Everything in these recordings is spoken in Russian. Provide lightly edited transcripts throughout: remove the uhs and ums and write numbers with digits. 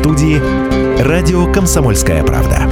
студии радио «Комсомольская правда».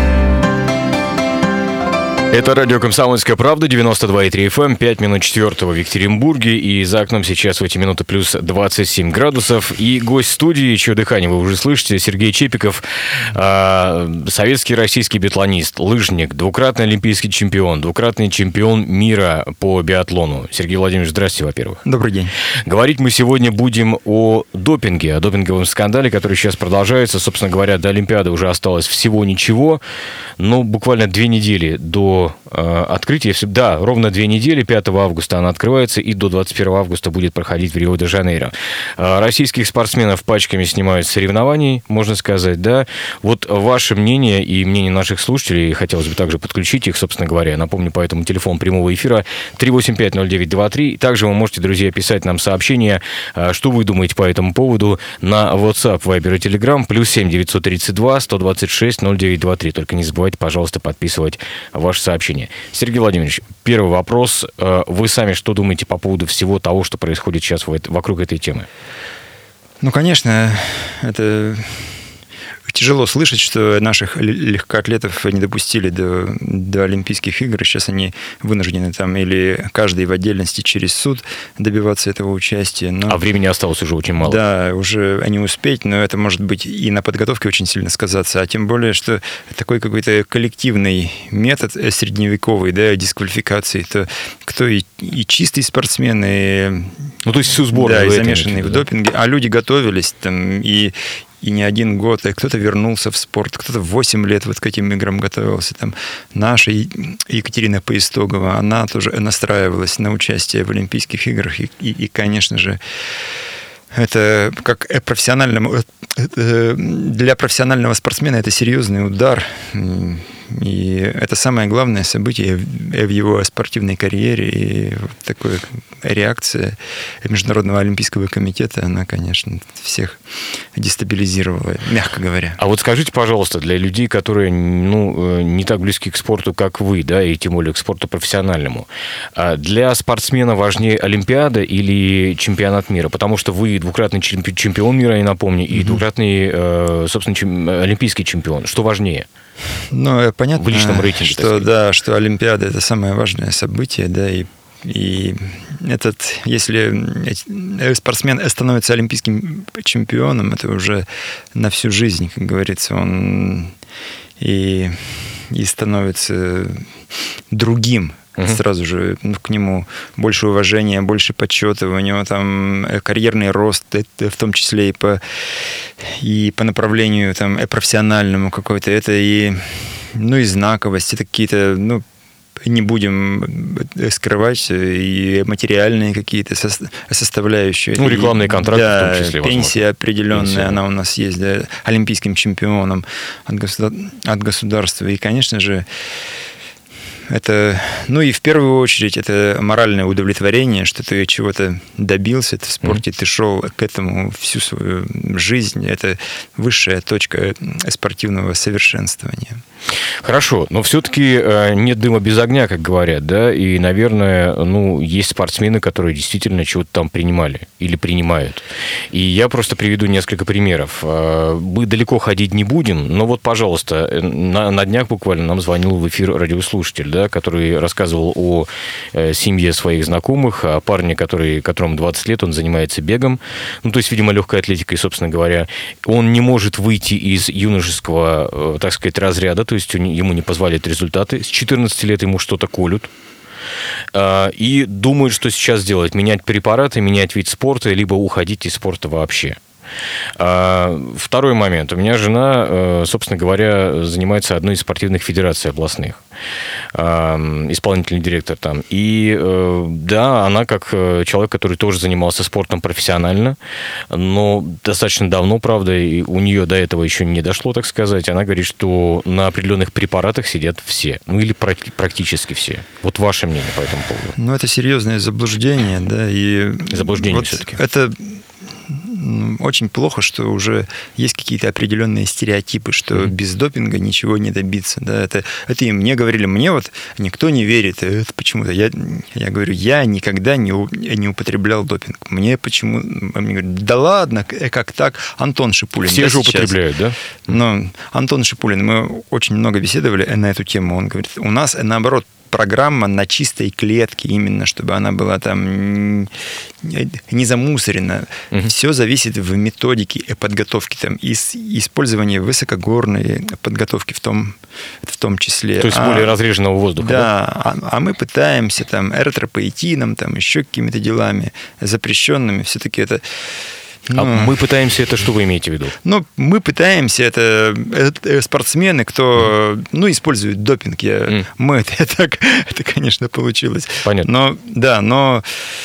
Это радио «Комсомольская правда», 92,3 FM, 5 минут 4 в Екатеринбурге, и за окном сейчас в эти минуты плюс 27 градусов. И гость студии, чье дыхание вы уже слышите, Сергей Чепиков, советский российский биатлонист, лыжник, двукратный олимпийский чемпион, двукратный чемпион мира по биатлону. Сергей Владимирович, здравствуйте, во-первых. Добрый день. Говорить мы сегодня будем о допинге, о допинговом скандале, который сейчас продолжается. Собственно говоря, до Олимпиады уже осталось всего ничего, но буквально 2 недели до открытия. Да, ровно 2 недели, 5 августа она открывается, и до 21 августа будет проходить в Рио-де-Жанейро. Российских спортсменов пачками снимают с соревнований, можно сказать, да. Вот ваше мнение и мнение наших слушателей, хотелось бы также подключить их, собственно говоря. Напомню, по этому телефону прямого эфира 3850923. Также вы можете, друзья, писать нам сообщения, что вы думаете по этому поводу на WhatsApp, Viber и Telegram, +7 932 126 0923. Только не забывайте, пожалуйста, подписывать ваши сообщения. Сергей Владимирович, первый вопрос. Вы сами что думаете по поводу всего того, что происходит сейчас вокруг этой темы? Ну, конечно, это тяжело слышать, что наших легкоатлетов не допустили до Олимпийских игр. Сейчас они вынуждены там или каждый в отдельности через суд добиваться этого участия. Но, а времени осталось уже очень мало. Да, уже не успеть, но это может быть и на подготовке очень сильно сказаться. А тем более, что такой какой-то коллективный метод средневековый, да, дисквалификации, то кто и чистый спортсмен, и, ну, то есть всю сборную, да, и замешанный в допинге, а люди готовились там и не один год, и кто-то вернулся в спорт, кто-то 8 лет вот к этим играм готовился. Там наша Екатерина Поистогова, она тоже настраивалась на участие в Олимпийских играх, и конечно же, это как для профессионального спортсмена это серьезный удар. И это самое главное событие в его спортивной карьере. И вот такая реакция Международного олимпийского комитета, она, конечно, всех дестабилизировала, мягко говоря. А вот скажите, пожалуйста, для людей, которые не так близки к спорту, как вы, да, и тем более к спорту профессиональному, для спортсмена важнее Олимпиада или чемпионат мира? Потому что вы двукратный чемпион мира, я напомню, и двукратный, собственно, олимпийский чемпион. Что важнее? Ну, понятно, в личном рейтинге, что Олимпиада – это самое важное событие, да, и если спортсмен становится олимпийским чемпионом, это уже на всю жизнь, как говорится, он и становится другим. Сразу же к нему больше уважения, больше почета, у него там карьерный рост, в том числе и по направлению там профессиональному какой-то, это и знаковость, это какие-то, не будем скрывать, и материальные какие-то составляющие. Рекламные контракты, да, в том числе, возможно. Пенсия определенная, она у нас есть, да, олимпийским чемпионом от государства. И, конечно же, это, и в первую очередь, это моральное удовлетворение, что ты чего-то добился, ты в спорте, ты шел к этому всю свою жизнь. Это высшая точка спортивного совершенствования. Хорошо, но все-таки нет дыма без огня, как говорят, да, и, наверное, есть спортсмены, которые действительно чего-то там принимали или принимают. И я просто приведу несколько примеров. Мы далеко ходить не будем, но вот, пожалуйста, на днях буквально нам звонил в эфир радиослушатель, да, который рассказывал о семье своих знакомых, о парне, которому 20 лет, он занимается бегом, то есть, видимо, легкой атлетикой, собственно говоря. Он не может выйти из юношеского, так сказать, разряда, то есть ему не позволяют результаты. С 14 лет ему что-то колют. И думают, что сейчас делать. Менять препараты, менять вид спорта, либо уходить из спорта вообще. Второй момент. У меня жена, собственно говоря, занимается одной из спортивных федераций областных. Исполнительный директор там. И да, она как человек, который тоже занимался спортом профессионально, но достаточно давно, правда, и у нее до этого еще не дошло, так сказать. Она говорит, что на определенных препаратах сидят все. Или практически все. Вот ваше мнение по этому поводу. Это серьезное заблуждение, да. И заблуждение все-таки. Это очень плохо, что уже есть какие-то определенные стереотипы, что без допинга ничего не добиться. Да? Это и мне говорили, мне вот никто не верит. Это почему-то. Я говорю, я никогда не употреблял допинг. Мне говорят, да ладно, как так? Антон Шипулин. Все же употребляют, да? Но Антон Шипулин, мы очень много беседовали на эту тему. Он говорит, у нас, наоборот, программа на чистой клетке, именно, чтобы она была там не замусорена. Все зависит в методике подготовки, там, использования высокогорной подготовки в том числе. То есть более разреженного воздуха. Да, а мы пытаемся там эритропоэтином, там, еще какими-то делами запрещенными. Все-таки это... мы пытаемся, это что вы имеете в виду? Мы пытаемся, это спортсмены, кто использует допинг. Это, конечно, получилось. Понятно. Но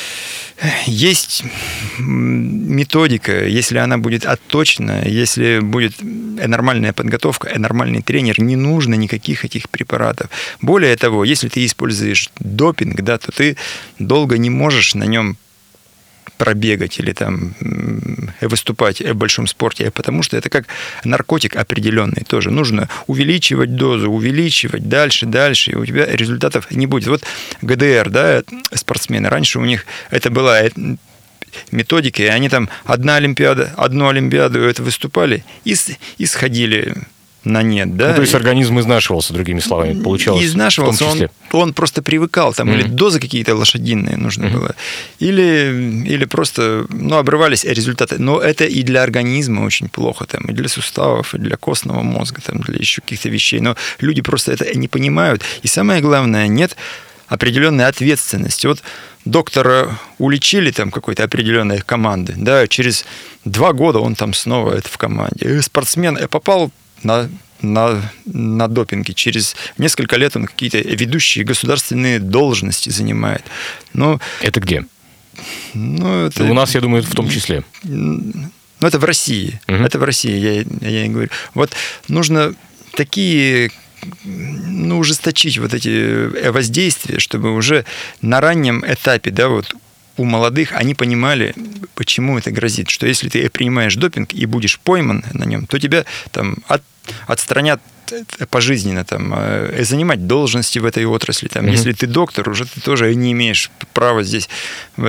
есть методика, если она будет отточена, если будет нормальная подготовка, нормальный тренер, не нужно никаких этих препаратов. Более того, если ты используешь допинг, да, то ты долго не можешь на нем пробегать или там выступать в большом спорте, потому что это как наркотик определенный тоже. Нужно увеличивать дозу, увеличивать дальше, и у тебя результатов не будет. Вот ГДР, да, спортсмены, раньше у них это была методика, и они там одну олимпиаду это выступали и сходили на нет, да. То есть организм изнашивался, другими словами, получалось. Изнашивался, он просто привыкал, там, или дозы какие-то лошадиные нужно было, или просто, обрывались результаты. Но это и для организма очень плохо, там, и для суставов, и для костного мозга, там, для еще каких-то вещей. Но люди просто это не понимают. И самое главное, нет определенной ответственности. Вот доктора уличили там какой-то определенной команды, да, через 2 года он там снова в команде. Спортсмен попал на допинге. Через несколько лет он какие-то ведущие государственные должности занимает. Это где? Это... У нас, я думаю, в том числе. Это в России. Это в России, я и говорю. Вот нужно такие... ужесточить вот эти воздействия, чтобы уже на раннем этапе, да, вот у молодых они понимали, почему это грозит. Что если ты принимаешь допинг и будешь пойман на нем, то тебя там отстранят пожизненно, там, занимать должности в этой отрасли. Там, если ты доктор, уже ты тоже не имеешь права здесь в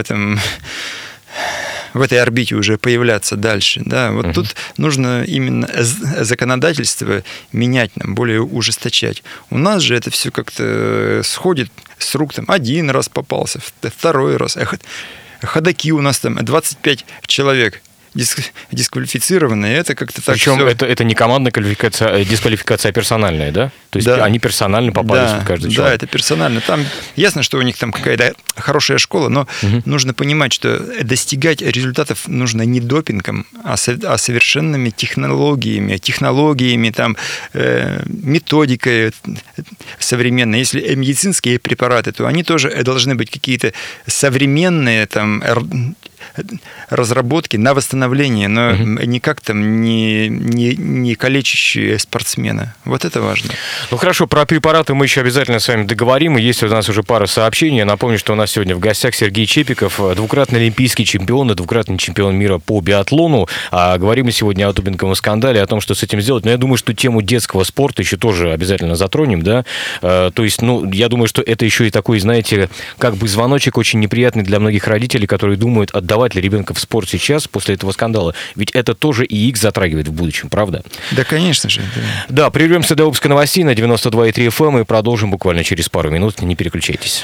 этой орбите уже появляться дальше. Да? Вот тут нужно именно законодательство менять нам, более ужесточать. У нас же это все как-то сходит с рук. Там, 1 раз попался, 2 раз. Ходаки у нас там 25 человек дисквалифицированные, это как-то так. Причем это не командная дисквалификация, а персональная, да? То есть они персонально попались в каждый человек. Да, это персонально. Там ясно, что у них там какая-то хорошая школа, но нужно понимать, что достигать результатов нужно не допингом, а совершенными технологиями, там, методикой современной. Если медицинские препараты, то они тоже должны быть какие-то современные, там, разработки на восстановление, но никак там не калечащие спортсмена. Вот это важно. Хорошо, про препараты мы еще обязательно с вами договорим. И есть у нас уже пара сообщений. Я напомню, что у нас сегодня в гостях Сергей Чепиков, двукратный олимпийский чемпион и двукратный чемпион мира по биатлону. А говорим мы сегодня о допинговом скандале, о том, что с этим сделать. Но я думаю, что тему детского спорта еще тоже обязательно затронем, да. То есть, я думаю, что это еще и такой, знаете, как бы звоночек очень неприятный для многих родителей, которые думают, отдавать ли ребенка в спорт сейчас, после этого скандала. Ведь это тоже и их затрагивает в будущем, правда? Да, конечно же. Да, прервемся до выпуска новостей на 92,3 FM и продолжим буквально через пару минут. Не переключайтесь.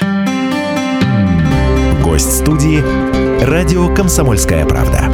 Гость студии «Радио Комсомольская правда».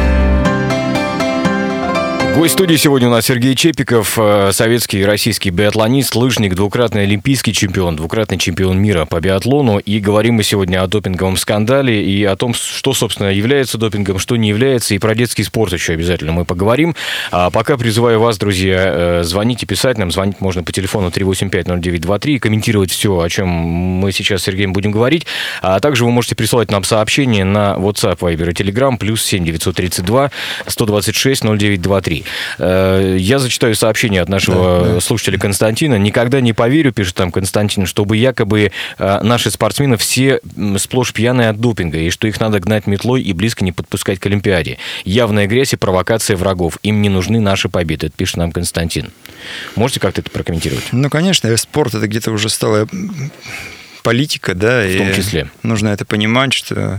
Гость студии сегодня у нас Сергей Чепиков, советский и российский биатлонист, лыжник, двукратный олимпийский чемпион, двукратный чемпион мира по биатлону. И говорим мы сегодня о допинговом скандале и о том, что, собственно, является допингом, что не является. И про детский спорт еще обязательно мы поговорим. А пока призываю вас, друзья, звонить и писать нам. Звонить можно по телефону 385-0923 и комментировать все, о чем мы сейчас с Сергеем будем говорить. А также вы можете присылать нам сообщение на WhatsApp, Viber и Telegram +7 932 126 0923. Я зачитаю сообщение от нашего слушателя Константина. «Никогда не поверю, — пишет там Константин, — чтобы якобы наши спортсмены все сплошь пьяные от допинга, и что их надо гнать метлой и близко не подпускать к Олимпиаде. Явная грязь и провокация врагов. Им не нужны наши победы». Это пишет нам Константин. Можете как-то это прокомментировать? Ну, конечно, спорт — это где-то уже стало политика, да, в том числе. Нужно это понимать, что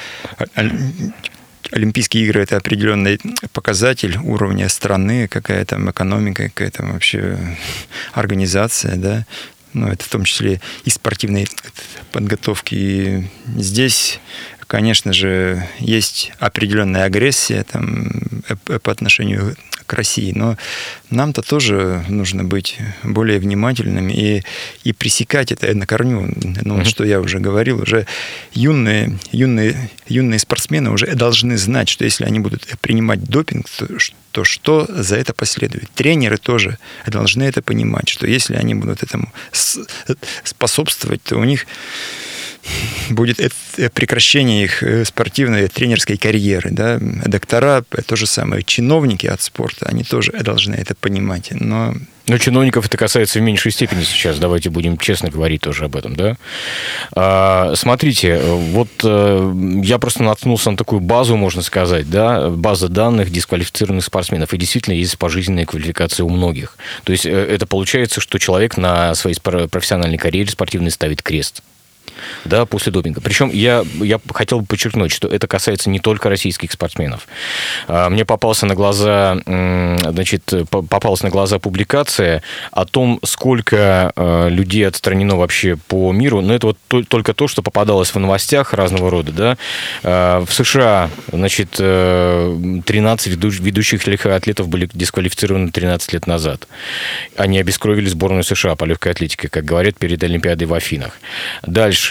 Олимпийские игры — это определенный показатель уровня страны, какая там экономика, какая там вообще организация, да. Ну, это в том числе и спортивной подготовки. И здесь, конечно же, есть определенная агрессия там, по отношению к России, но нам-то тоже нужно быть более внимательными и пресекать это на корню. Ну, что я уже говорил, уже юные спортсмены уже должны знать, что если они будут принимать допинг, то что за это последует. Тренеры тоже должны это понимать, что если они будут этому способствовать, то у них будет прекращение их спортивной тренерской карьеры. Да? Доктора, то же самое, чиновники от спорта, они тоже должны это понимать. Но чиновников это касается в меньшей степени сейчас. Давайте будем честно говорить тоже об этом, да? Смотрите, вот я просто наткнулся на такую базу, можно сказать, да, база данных дисквалифицированных спортсменов. И действительно есть пожизненная квалификация у многих. То есть это получается, что человек на своей профессиональной карьере спортивной ставит крест. Да, после допинга. Причем я хотел бы подчеркнуть, что это касается не только российских спортсменов. Мне попалась на глаза публикация о том, сколько людей отстранено вообще по миру. Но это вот только то, что попадалось в новостях разного рода. Да? В США, 13 ведущих легкоатлетов были дисквалифицированы 13 лет назад. Они обескровили сборную США по легкой атлетике, как говорят, перед Олимпиадой в Афинах. Дальше.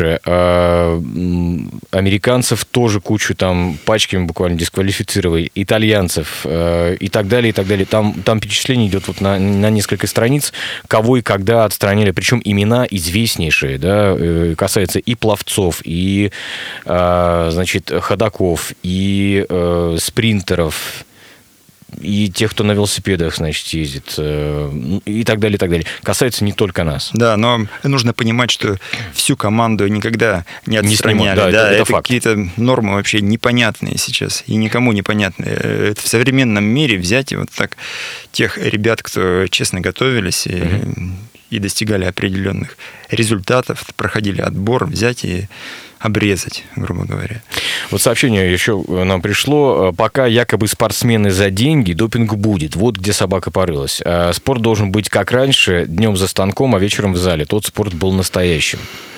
Американцев тоже кучу там пачками буквально дисквалифицировали, итальянцев и так далее, и так далее. Там перечисление идет вот на несколько страниц, кого и когда отстранили, причем имена известнейшие, да, касается и пловцов, и ходоков, и спринтеров, и тех, кто на велосипедах, ездит, и так далее, и так далее. Касается не только нас. Да, но нужно понимать, что всю команду никогда не отстраняли. Это какие-то нормы вообще непонятные сейчас, и никому непонятные. Это в современном мире взять и вот так тех ребят, кто честно готовились и достигали определенных результатов, проходили отбор, взять и обрезать, грубо говоря. Вот сообщение еще нам пришло. Пока якобы спортсмены за деньги, допинг будет. Вот где собака порылась. Спорт должен быть как раньше, днем за станком, а вечером в зале. Тот спорт был настоящим.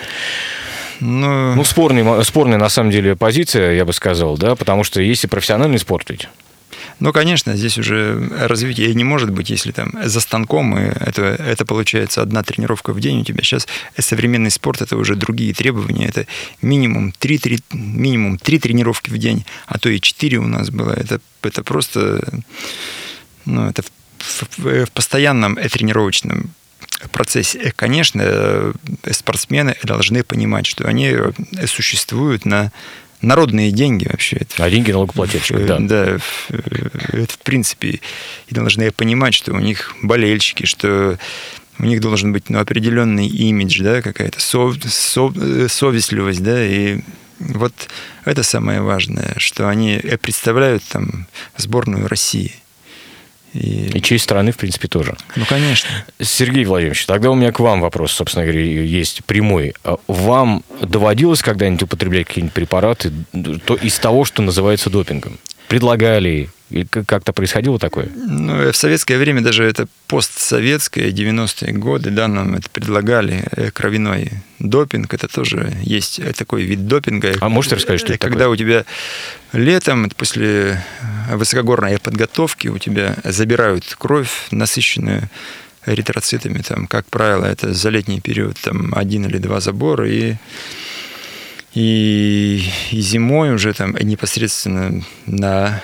Спорная на самом деле позиция, я бы сказал, да, потому что есть и профессиональный спорт ведь. Ну, конечно, здесь уже развитие не может быть, если там за станком, и это получается одна тренировка в день у тебя. Сейчас современный спорт — это уже другие требования. Это минимум 3 тренировки в день, а то и 4 у нас было. Это просто это в постоянном тренировочном процессе. Конечно, спортсмены должны понимать, что они существуют на народные деньги вообще. А деньги налогоплательщиков, да. Да, это в принципе. И должны понимать, что у них болельщики, что у них должен быть определенный имидж, да, какая-то совестливость, да, и вот это самое важное, что они представляют там сборную России. И чьей страны, в принципе, тоже. Ну, конечно. Сергей Владимирович, тогда у меня к вам вопрос, собственно говоря, есть прямой. Вам доводилось когда-нибудь употреблять какие-нибудь препараты из того, что называется допингом? Предлагали? И как-то происходило такое? Ну, в советское время, даже это постсоветское, 90-е годы, да, нам это предлагали, кровяной допинг, это тоже есть такой вид допинга. А можете рассказать, что это когда такое? У тебя летом, после высокогорной подготовки, у тебя забирают кровь, насыщенную эритроцитами, там, как правило, это за летний период там, 1 или 2 забора, и И зимой уже там непосредственно на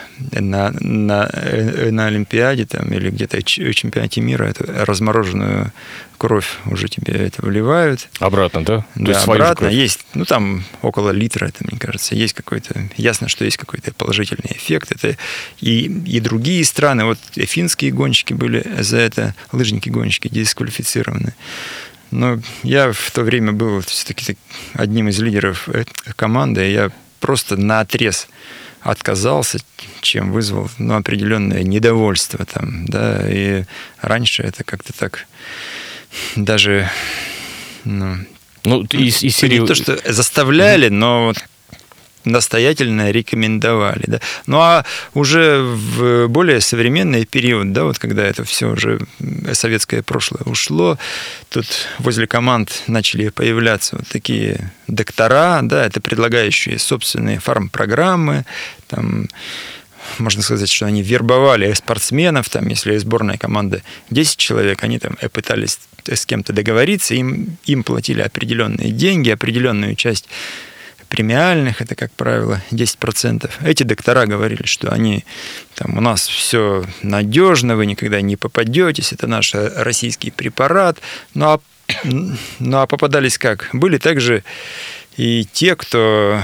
Олимпиаде там, или где-то в чемпионате мира эту размороженную кровь уже тебе это вливают. Обратно, да? Да, обратно. Есть, там около литра, это, мне кажется, есть какой-то, ясно, что есть какой-то положительный эффект. Это и другие страны, вот финские гонщики были за это, лыжники-гонщики дисквалифицированы. Но я в то время был все-таки одним из лидеров команды, и я просто наотрез отказался, чем вызвал определенное недовольство там, да, и раньше это как-то так даже, из серии... не то, что заставляли, но настоятельно рекомендовали, да. Ну а уже в более современный период, да, вот когда это все уже советское прошлое ушло, тут возле команд начали появляться вот такие доктора, да, это предлагающие собственные фармпрограммы, там, можно сказать, что они вербовали спортсменов, там, если сборная команда 10 человек, они там пытались с кем-то договориться, им платили определенные деньги, определенную часть премиальных, это, как правило, 10%. Эти доктора говорили, что они там, у нас все надежно, вы никогда не попадетесь, это наш российский препарат. Ну а попадались как? Были также и те, кто...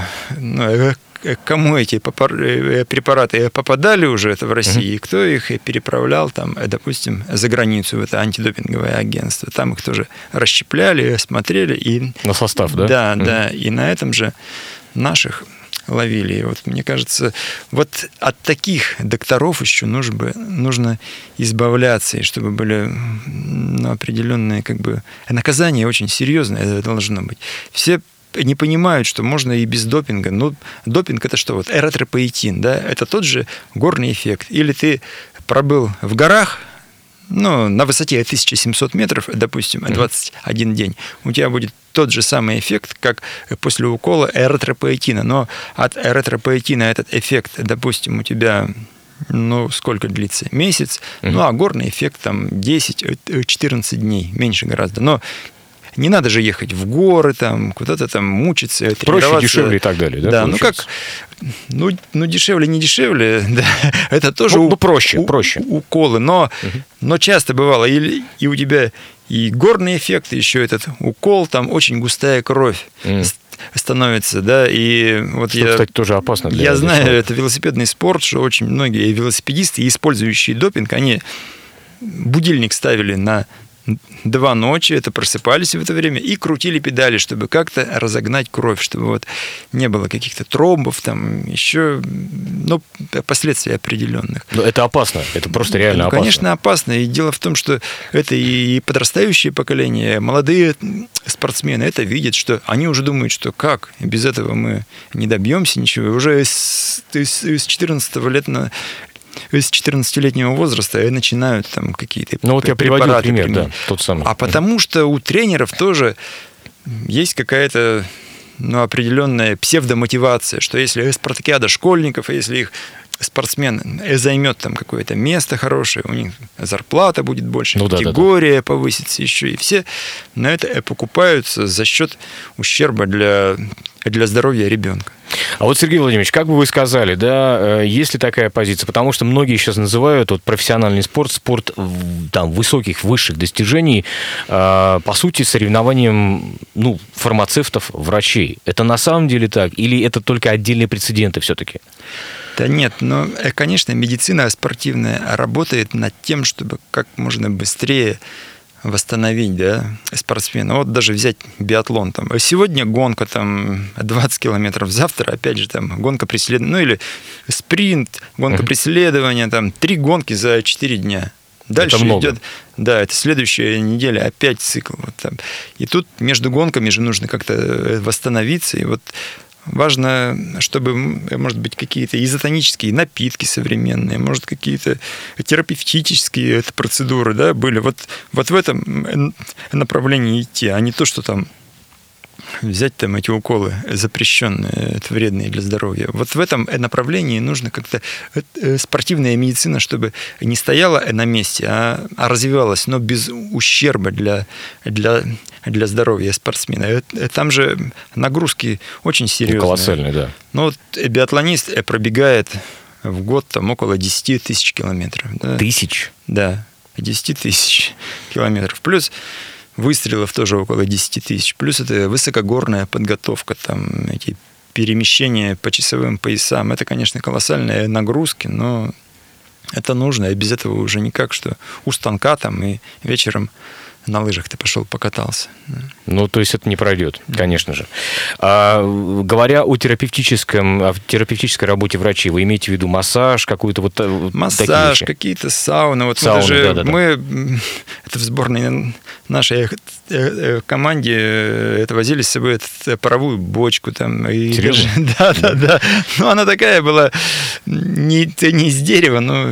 кому эти препараты попадали уже это в России, и кто их переправлял, там, допустим, за границу, в это антидопинговое агентство. Там их тоже расщепляли, смотрели. И... На состав, да? Да, и на этом же наших ловили. И вот мне кажется, вот от таких докторов еще нужно избавляться, и чтобы были определенные наказания очень серьезные должно быть. Все не понимают, что можно и без допинга. Но допинг – это что? Вот эритропоэтин, да? Это тот же горный эффект. Или ты пробыл в горах, на высоте 1700 метров, допустим, 21 день, у тебя будет тот же самый эффект, как после укола эритропоэтина. Но от эритропоэтина этот эффект, допустим, у тебя... сколько длится? Месяц. А горный эффект там 10-14 дней. Меньше гораздо. Но не надо же ехать в горы, там, куда-то там мучиться, тренироваться. Проще, дешевле и так далее, да? Да, дешевле, не дешевле, да, это тоже проще. Уколы, но часто бывало, и у тебя и горный эффект, еще этот укол, там очень густая кровь становится, да, и вот что, кстати, тоже опасно для знаю, это велосипедный спорт, что очень многие велосипедисты, использующие допинг, они будильник ставили на 2 ночи, это просыпались в это время и крутили педали, чтобы как-то разогнать кровь, чтобы вот не было каких-то тромбов, там еще, последствий определенных. Но это опасно, это просто реально опасно. Конечно, опасно. И дело в том, что это и подрастающее поколение, молодые спортсмены это видят, что они уже думают, что как, без этого мы не добьемся ничего. И уже с 14-летнего возраста начинают там какие-то вот я приводил пример, да, тот самый. А потому что у тренеров тоже есть какая-то определенная псевдомотивация, что если спартакиада школьников, если их спортсмен займет там какое-то место хорошее, у них зарплата будет больше, категория повысится еще, и все на это покупаются за счет ущерба для здоровья ребенка. А вот, Сергей Владимирович, как бы вы сказали, да, есть ли такая позиция? Потому что многие сейчас называют профессиональный спорт там, высоких, высших достижений, по сути, соревнованием фармацевтов, врачей. Это на самом деле так? Или это только отдельные прецеденты все-таки? Да нет, конечно, медицина спортивная работает над тем, чтобы как можно быстрее восстановить, да, спортсмена. Вот даже взять биатлон. Там. Сегодня гонка там, 20 километров, завтра опять же там, гонка преследования, или спринт, гонка преследования, там, 3 гонки за 4 дня. Дальше идет, да, это следующая неделя, опять цикл. Вот там. И тут между гонками же нужно как-то восстановиться, и вот важно, чтобы, может быть, какие-то изотонические напитки современные, может, какие-то терапевтические процедуры, да, были. Вот в этом направлении идти, а не то, что там взять там эти уколы запрещенные, это вредные для здоровья. Вот в этом направлении нужно как-то спортивная медицина, чтобы не стояла на месте, а развивалась, но без ущерба для здоровья спортсмена. Там же нагрузки очень серьезные. Колоссальные, да. Ну, вот биатлонист пробегает в год там около 10 тысяч километров. Да? Тысяч? Да, 10 тысяч километров. Плюс выстрелов тоже около 10 тысяч. Плюс это высокогорная подготовка, там эти перемещения по часовым поясам. Это, конечно, колоссальные нагрузки, но это нужно. И без этого уже никак, что у станка там и вечером на лыжах ты пошел покатался. Ну, то есть это не пройдет, конечно же. Говоря о терапевтической работе врачей, вы имеете в виду массаж, какую-то вот массаж, какие-то сауны. Вот сауны, мы это в сборной нашей команде это возили с собой паровую бочку. Там, и серьезно? Да. Ну, она такая была не из дерева, но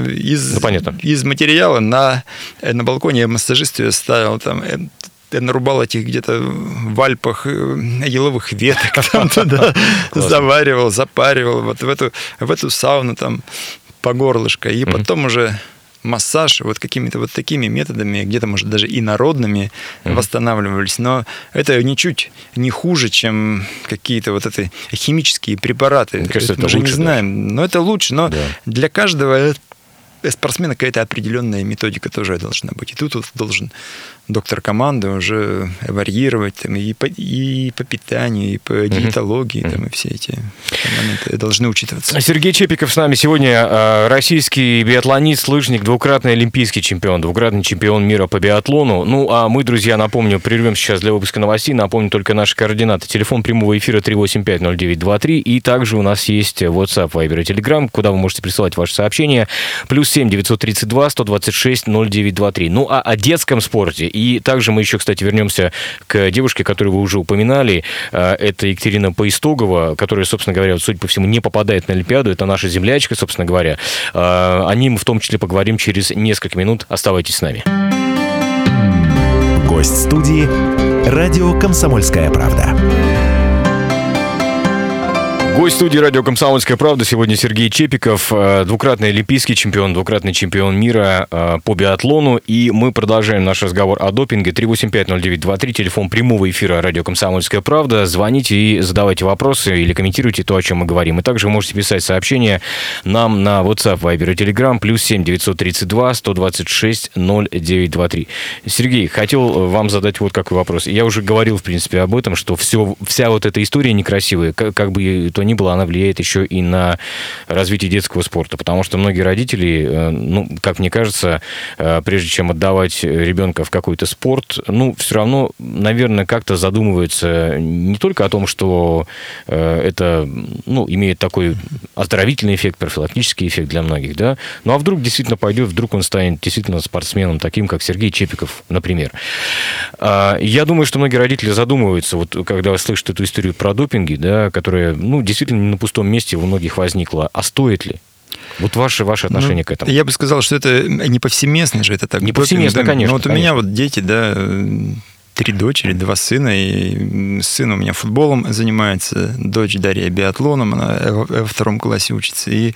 из материала. На балконе я массажисту ее ставил. Там, я нарубал этих где-то в Альпах еловых веток, там туда заваривал, запаривал вот в эту сауну там по горлышко. И потом уже массаж вот какими-то вот такими методами, где-то, может, даже и народными восстанавливались. Но это ничуть не хуже, чем какие-то вот эти химические препараты. Мне кажется, это мы же лучше, не знаем. Но это лучше. Но для каждого спортсмена какая-то определенная методика тоже должна быть. И тут вот должен доктор команды уже варьировать там, и по питанию, и по диетологии, там, и все эти моменты должны учитываться. Сергей Чепиков с нами сегодня, российский биатлонист, лыжник, двукратный олимпийский чемпион, двукратный чемпион мира по биатлону. Ну, а мы, друзья, напомню, прервем сейчас для выпуска новостей, напомню только наши координаты. Телефон прямого эфира 3850923, и также у нас есть WhatsApp, Viber и Telegram, куда вы можете присылать ваши сообщения. +7 932 126 0923. Ну, а о детском спорте. И также мы еще, кстати, вернемся к девушке, которую вы уже упоминали. Это Екатерина Поистогова, которая, собственно говоря, судя по всему, не попадает на Олимпиаду. Это наша землячка, собственно говоря. О ней мы в том числе поговорим через несколько минут. Оставайтесь с нами. Гость студии «Радио Комсомольская правда». Гость студии «Радио Комсомольская правда» сегодня Сергей Чепиков, двукратный олимпийский чемпион, двукратный чемпион мира по биатлону. И мы продолжаем наш разговор о допинге. 3850923, телефон прямого эфира «Радио Комсомольская правда». Звоните и задавайте вопросы или комментируйте то, о чем мы говорим. И также вы можете писать сообщения нам на WhatsApp, Viber и Telegram, +7 932 126 0923. Сергей, хотел вам задать вот какой вопрос. Я уже говорил, в принципе, об этом, что вся вот эта история некрасивая, как бы то ни было, она влияет еще и на развитие детского спорта, потому что многие родители, ну, как мне кажется, прежде чем отдавать ребенка в какой-то спорт, ну, все равно, наверное, как-то задумываются не только о том, что это, ну, имеет такой оздоровительный эффект, профилактический эффект для многих, да, ну, а вдруг действительно пойдет, вдруг он станет действительно спортсменом, таким, как Сергей Чепиков, например. Я думаю, что многие родители задумываются, вот, когда слышат эту историю про допинги, да, которая, ну, действительно не на пустом месте у многих возникла. А стоит ли? Вот ваше отношение к этому. Я бы сказал, что это не повсеместно же, это так. Не повсеместно, конечно. Но вот у меня вот дети, да, 3 дочери, 2 сына, и сын у меня футболом занимается, дочь Дарья биатлоном, она во 2 классе учится, и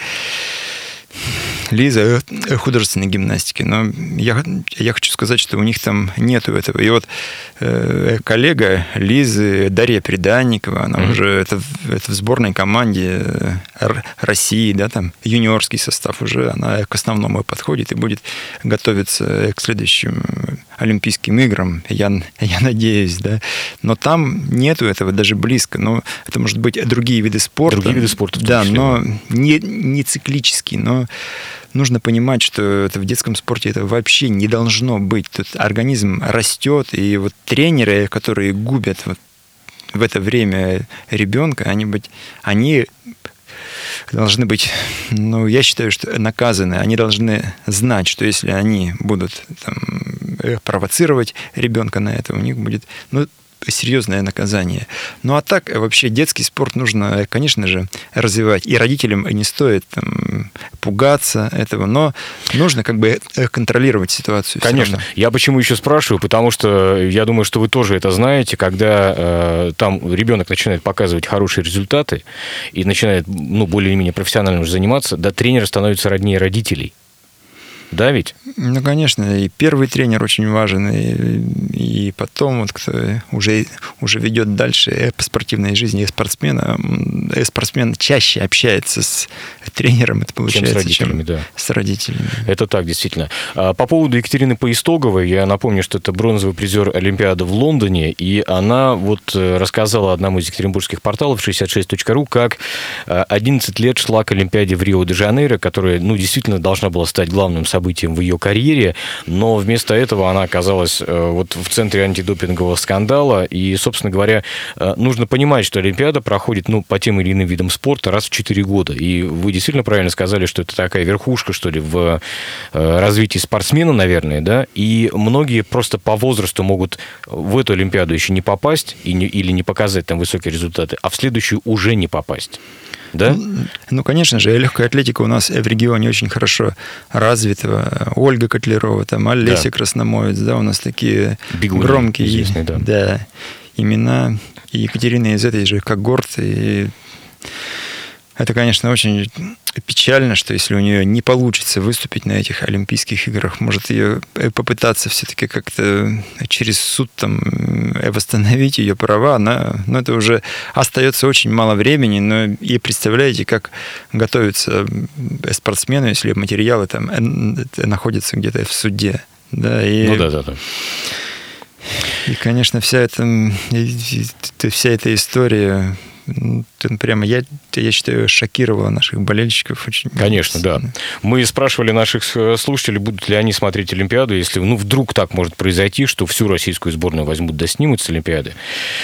Лиза художественной гимнастики. Но я хочу сказать, что у них там нету этого. И вот коллега Лизы, Дарья Приданникова, она уже это в сборной команде России, да, там юниорский состав уже, она к основному подходит и будет готовиться к следующим Олимпийским играм, я надеюсь, да. Но там нету этого даже близко. Но это, может быть, другие виды спорта. Другие виды спорта. Да, но не циклический. Но нужно понимать, что это в детском спорте это вообще не должно быть. Тут организм растет, и вот тренеры, которые губят вот в это время ребенка, они должны быть, ну, я считаю, что наказаны. Они должны знать, что если они будут там провоцировать ребенка на это, у них будет, ну, серьезное наказание. Ну, а так, вообще, детский спорт нужно, конечно же, развивать. И родителям не стоит пугаться этого, но нужно как бы контролировать ситуацию. Конечно. Я почему еще спрашиваю, потому что я думаю, что вы тоже это знаете, когда там ребенок начинает показывать хорошие результаты и начинает, более-менее профессионально уже заниматься, да, тренер становится роднее родителей. Да, ведь? Ну, конечно, и первый тренер очень важен, и потом, вот, кто уже ведет дальше по спортивной жизни спортсмен чаще общается с тренером, это получается, чем с родителями. Это так, действительно. По поводу Екатерины Поистоговой, я напомню, что это бронзовый призер Олимпиады в Лондоне, и она вот рассказала одному из екатеринбургских порталов 66.ru, как 11 лет шла к Олимпиаде в Рио-де-Жанейро, которая, действительно должна была стать главным событием в ее карьере, но вместо этого она оказалась вот в центре антидопингового скандала. И, собственно говоря, нужно понимать, что Олимпиада проходит по тем или иным видам спорта раз в 4 года. И вы действительно правильно сказали, что это такая верхушка, что ли, в развитии спортсмена, наверное, да, и многие просто по возрасту могут в эту Олимпиаду еще не попасть или не показать там высокие результаты, а в следующую уже не попасть. Да? Ну, конечно же, легкая атлетика у нас в регионе очень хорошо развита. Ольга Котлярова, там, Олеся Красномовец, да, у нас такие бегуны громкие известные, да, имена. И Екатерина из этой же когорты. И это, конечно, очень печально, что если у нее не получится выступить на этих Олимпийских играх, может ее попытаться все-таки как-то через суд там восстановить ее права, но это уже остается очень мало времени, но и представляете, как готовятся спортсмены, если материалы там находятся где-то в суде. Да, и... да. И, конечно, вся эта история... Прямо, я считаю, шокировало наших болельщиков очень. Конечно, да. Мы спрашивали наших слушателей, будут ли они смотреть Олимпиаду, если вдруг так может произойти, что всю российскую сборную возьмут да снимут с Олимпиады.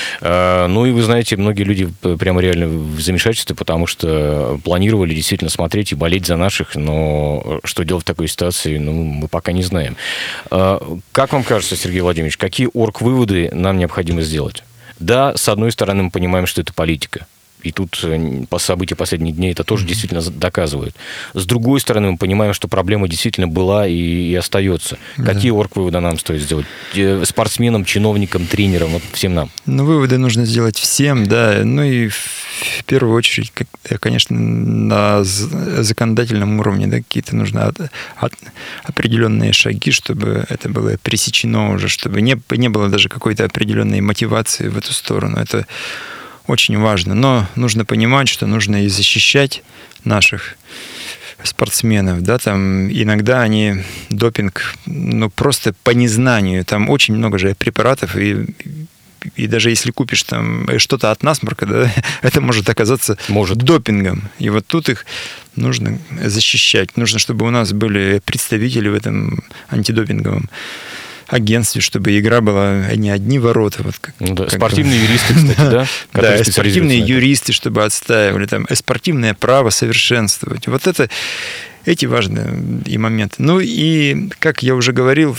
И вы знаете, многие люди прямо реально в замешательстве, потому что планировали действительно смотреть и болеть за наших, но что делать в такой ситуации, мы пока не знаем. Как вам кажется, Сергей Владимирович, какие орг-выводы нам необходимо сделать? Да, с одной стороны, мы понимаем, что это политика. И тут по события последних дней это тоже действительно доказывают. С другой стороны, мы понимаем, что проблема действительно была и остается. Какие орг-выводы нам стоит сделать? Спортсменам, чиновникам, тренерам, всем нам? Выводы нужно сделать всем, да. И в первую очередь, конечно, на законодательном уровне, да, какие-то нужны определенные шаги, чтобы это было пресечено уже, чтобы не было даже какой-то определенной мотивации в эту сторону. Это очень важно. Но нужно понимать, что нужно и защищать наших спортсменов. Да, там иногда они допинг, просто по незнанию. Там очень много же препаратов, и даже если купишь там что-то от насморка, да, это может оказаться допингом. И вот тут их нужно защищать. Нужно, чтобы у нас были представители в этом антидопинговом агентстве, чтобы игра была не одни ворота. Спортивные юристы, кстати, да? Да, спортивные юристы, чтобы отстаивали, там, спортивное право совершенствовать. Вот эти важные и моменты. И, как я уже говорил,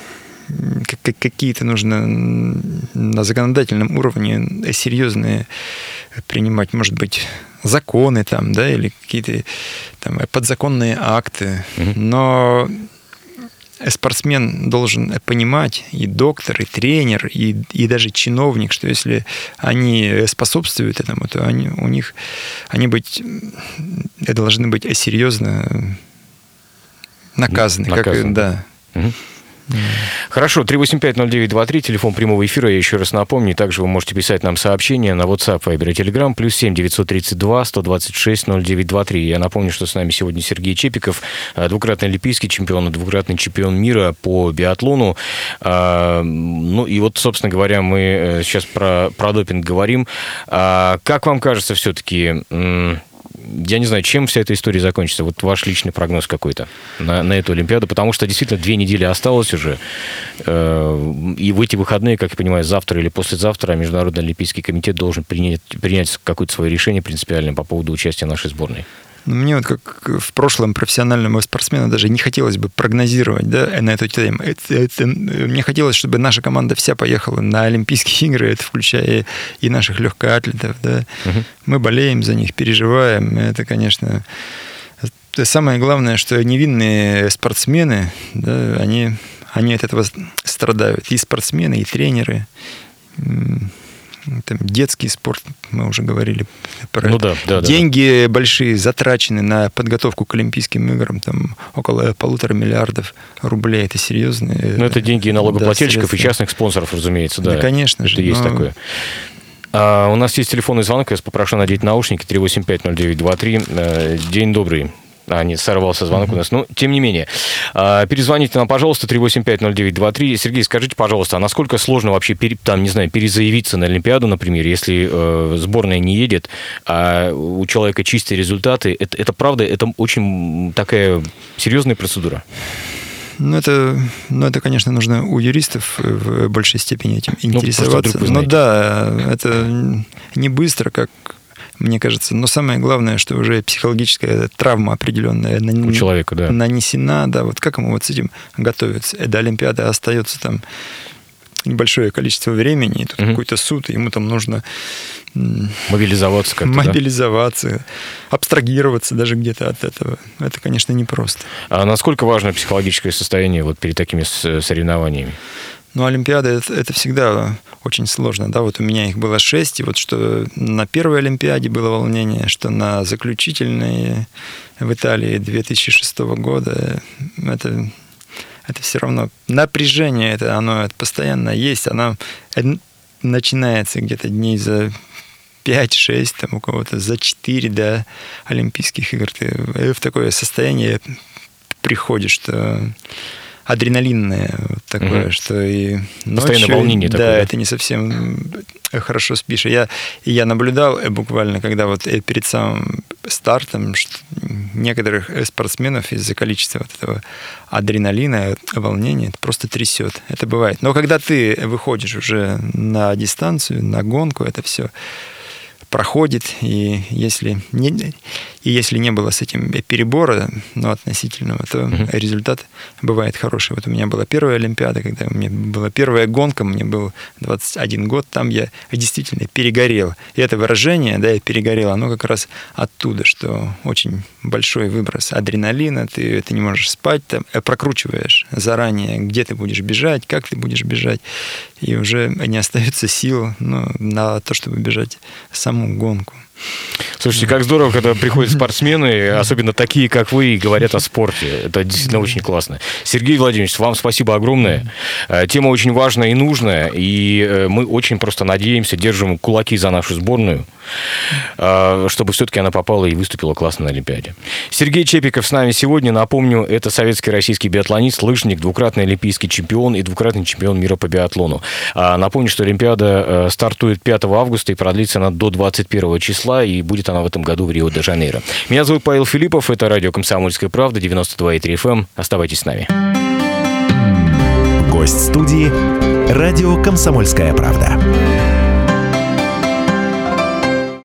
какие-то нужно на законодательном уровне серьезные принимать, может быть, законы там, да, или какие-то там подзаконные акты. Но спортсмен должен понимать, и доктор, и тренер, и даже чиновник, что если они способствуют этому, то они должны быть серьезно наказаны. Да. Угу. Хорошо, 3850923, телефон прямого эфира, я еще раз напомню. Также вы можете писать нам сообщения на WhatsApp, Viber и Telegram, +7 932 126 0923. Я напомню, что с нами сегодня Сергей Чепиков, двукратный олимпийский чемпион, двукратный чемпион мира по биатлону. И вот, собственно говоря, мы сейчас про допинг говорим. Как вам кажется, все-таки... Я не знаю, чем вся эта история закончится. Вот ваш личный прогноз какой-то на эту Олимпиаду, потому что действительно 2 недели осталось уже. И в эти выходные, как я понимаю, завтра или послезавтра Международный олимпийский комитет должен принять какое-то свое решение принципиальное по поводу участия нашей сборной. Мне вот как в прошлом профессиональному спортсмену даже не хотелось бы прогнозировать, да, на эту тему. Мне хотелось, чтобы наша команда вся поехала на Олимпийские игры, это включая и наших легкоатлетов, да. Мы болеем за них, переживаем. Это, конечно, самое главное, что невинные спортсмены, да, они от этого страдают. И спортсмены, и тренеры. Там детский спорт, мы уже говорили про это. Да, деньги большие затрачены на подготовку к Олимпийским играм, там около 1,5 миллиарда рублей. Это серьезные. Ну, это деньги налогоплательщиков и частных спонсоров, разумеется. Да, конечно же. Это есть такое. У нас есть телефонный звонок, я вас попрошу надеть наушники, 3850923. День добрый. Не сорвался звонок у нас. Но, тем не менее, перезвоните нам, пожалуйста, 3850923. Сергей, скажите, пожалуйста, а насколько сложно вообще перезаявиться на Олимпиаду, например, если сборная не едет, а у человека чистые результаты? Это правда, это очень такая серьезная процедура? Это, конечно, нужно у юристов в большей степени этим интересоваться. Это не быстро, как... Мне кажется, но самое главное, что уже психологическая травма определенная у человека, да, нанесена, да, вот как ему вот с этим готовиться. До Олимпиады остается там небольшое количество времени, и тут какой-то суд, ему там нужно мобилизоваться как-то, мобилизоваться, абстрагироваться даже где-то от этого. Это, конечно, непросто. А насколько важно психологическое состояние вот перед такими соревнованиями? Олимпиада это всегда очень сложно, да, вот у меня их было 6, и вот что на первой Олимпиаде было волнение, что на заключительной в Италии 2006 года, это все равно напряжение, оно постоянно есть, оно начинается где-то дней за 5-6, там у кого-то за 4 до Олимпийских игр. Ты в такое состояние приходишь, что... адреналинное вот такое, что и ночью... Постоянное волнение такое. Да, это не совсем хорошо спишь. Я наблюдал буквально, когда вот перед самым стартом некоторых спортсменов из-за количества вот этого адреналина, волнения, это просто трясет. Это бывает. Но когда ты выходишь уже на дистанцию, на гонку, это все проходит, и если не было с этим перебора, но относительного, то результат бывает хороший. Вот у меня была первая Олимпиада, когда у меня была первая гонка, мне был 21 год, там я действительно перегорел. И это выражение, да, я перегорел, оно как раз оттуда, что очень большой выброс адреналина, ты не можешь спать, там, прокручиваешь заранее, где ты будешь бежать, как ты будешь бежать, и уже не остается сил на то, чтобы бежать саму гонку. Слушайте, как здорово, когда приходят спортсмены, особенно такие, как вы, и говорят о спорте. Это действительно очень классно. Сергей Владимирович, вам спасибо огромное. Тема очень важная и нужная, и мы очень просто надеемся, держим кулаки за нашу сборную, чтобы все-таки она попала и выступила классно на Олимпиаде. Сергей Чепиков с нами сегодня. Напомню, это советский российский биатлонист, лыжник, двукратный олимпийский чемпион и двукратный чемпион мира по биатлону. Напомню, что Олимпиада стартует 5 августа и продлится она до 21 числа, и будет она в этом году в Рио-де-Жанейро. Меня зовут Павел Филиппов, это радио «Комсомольская правда», 92,3 FM. Оставайтесь с нами. Гость студии «Радио Комсомольская правда».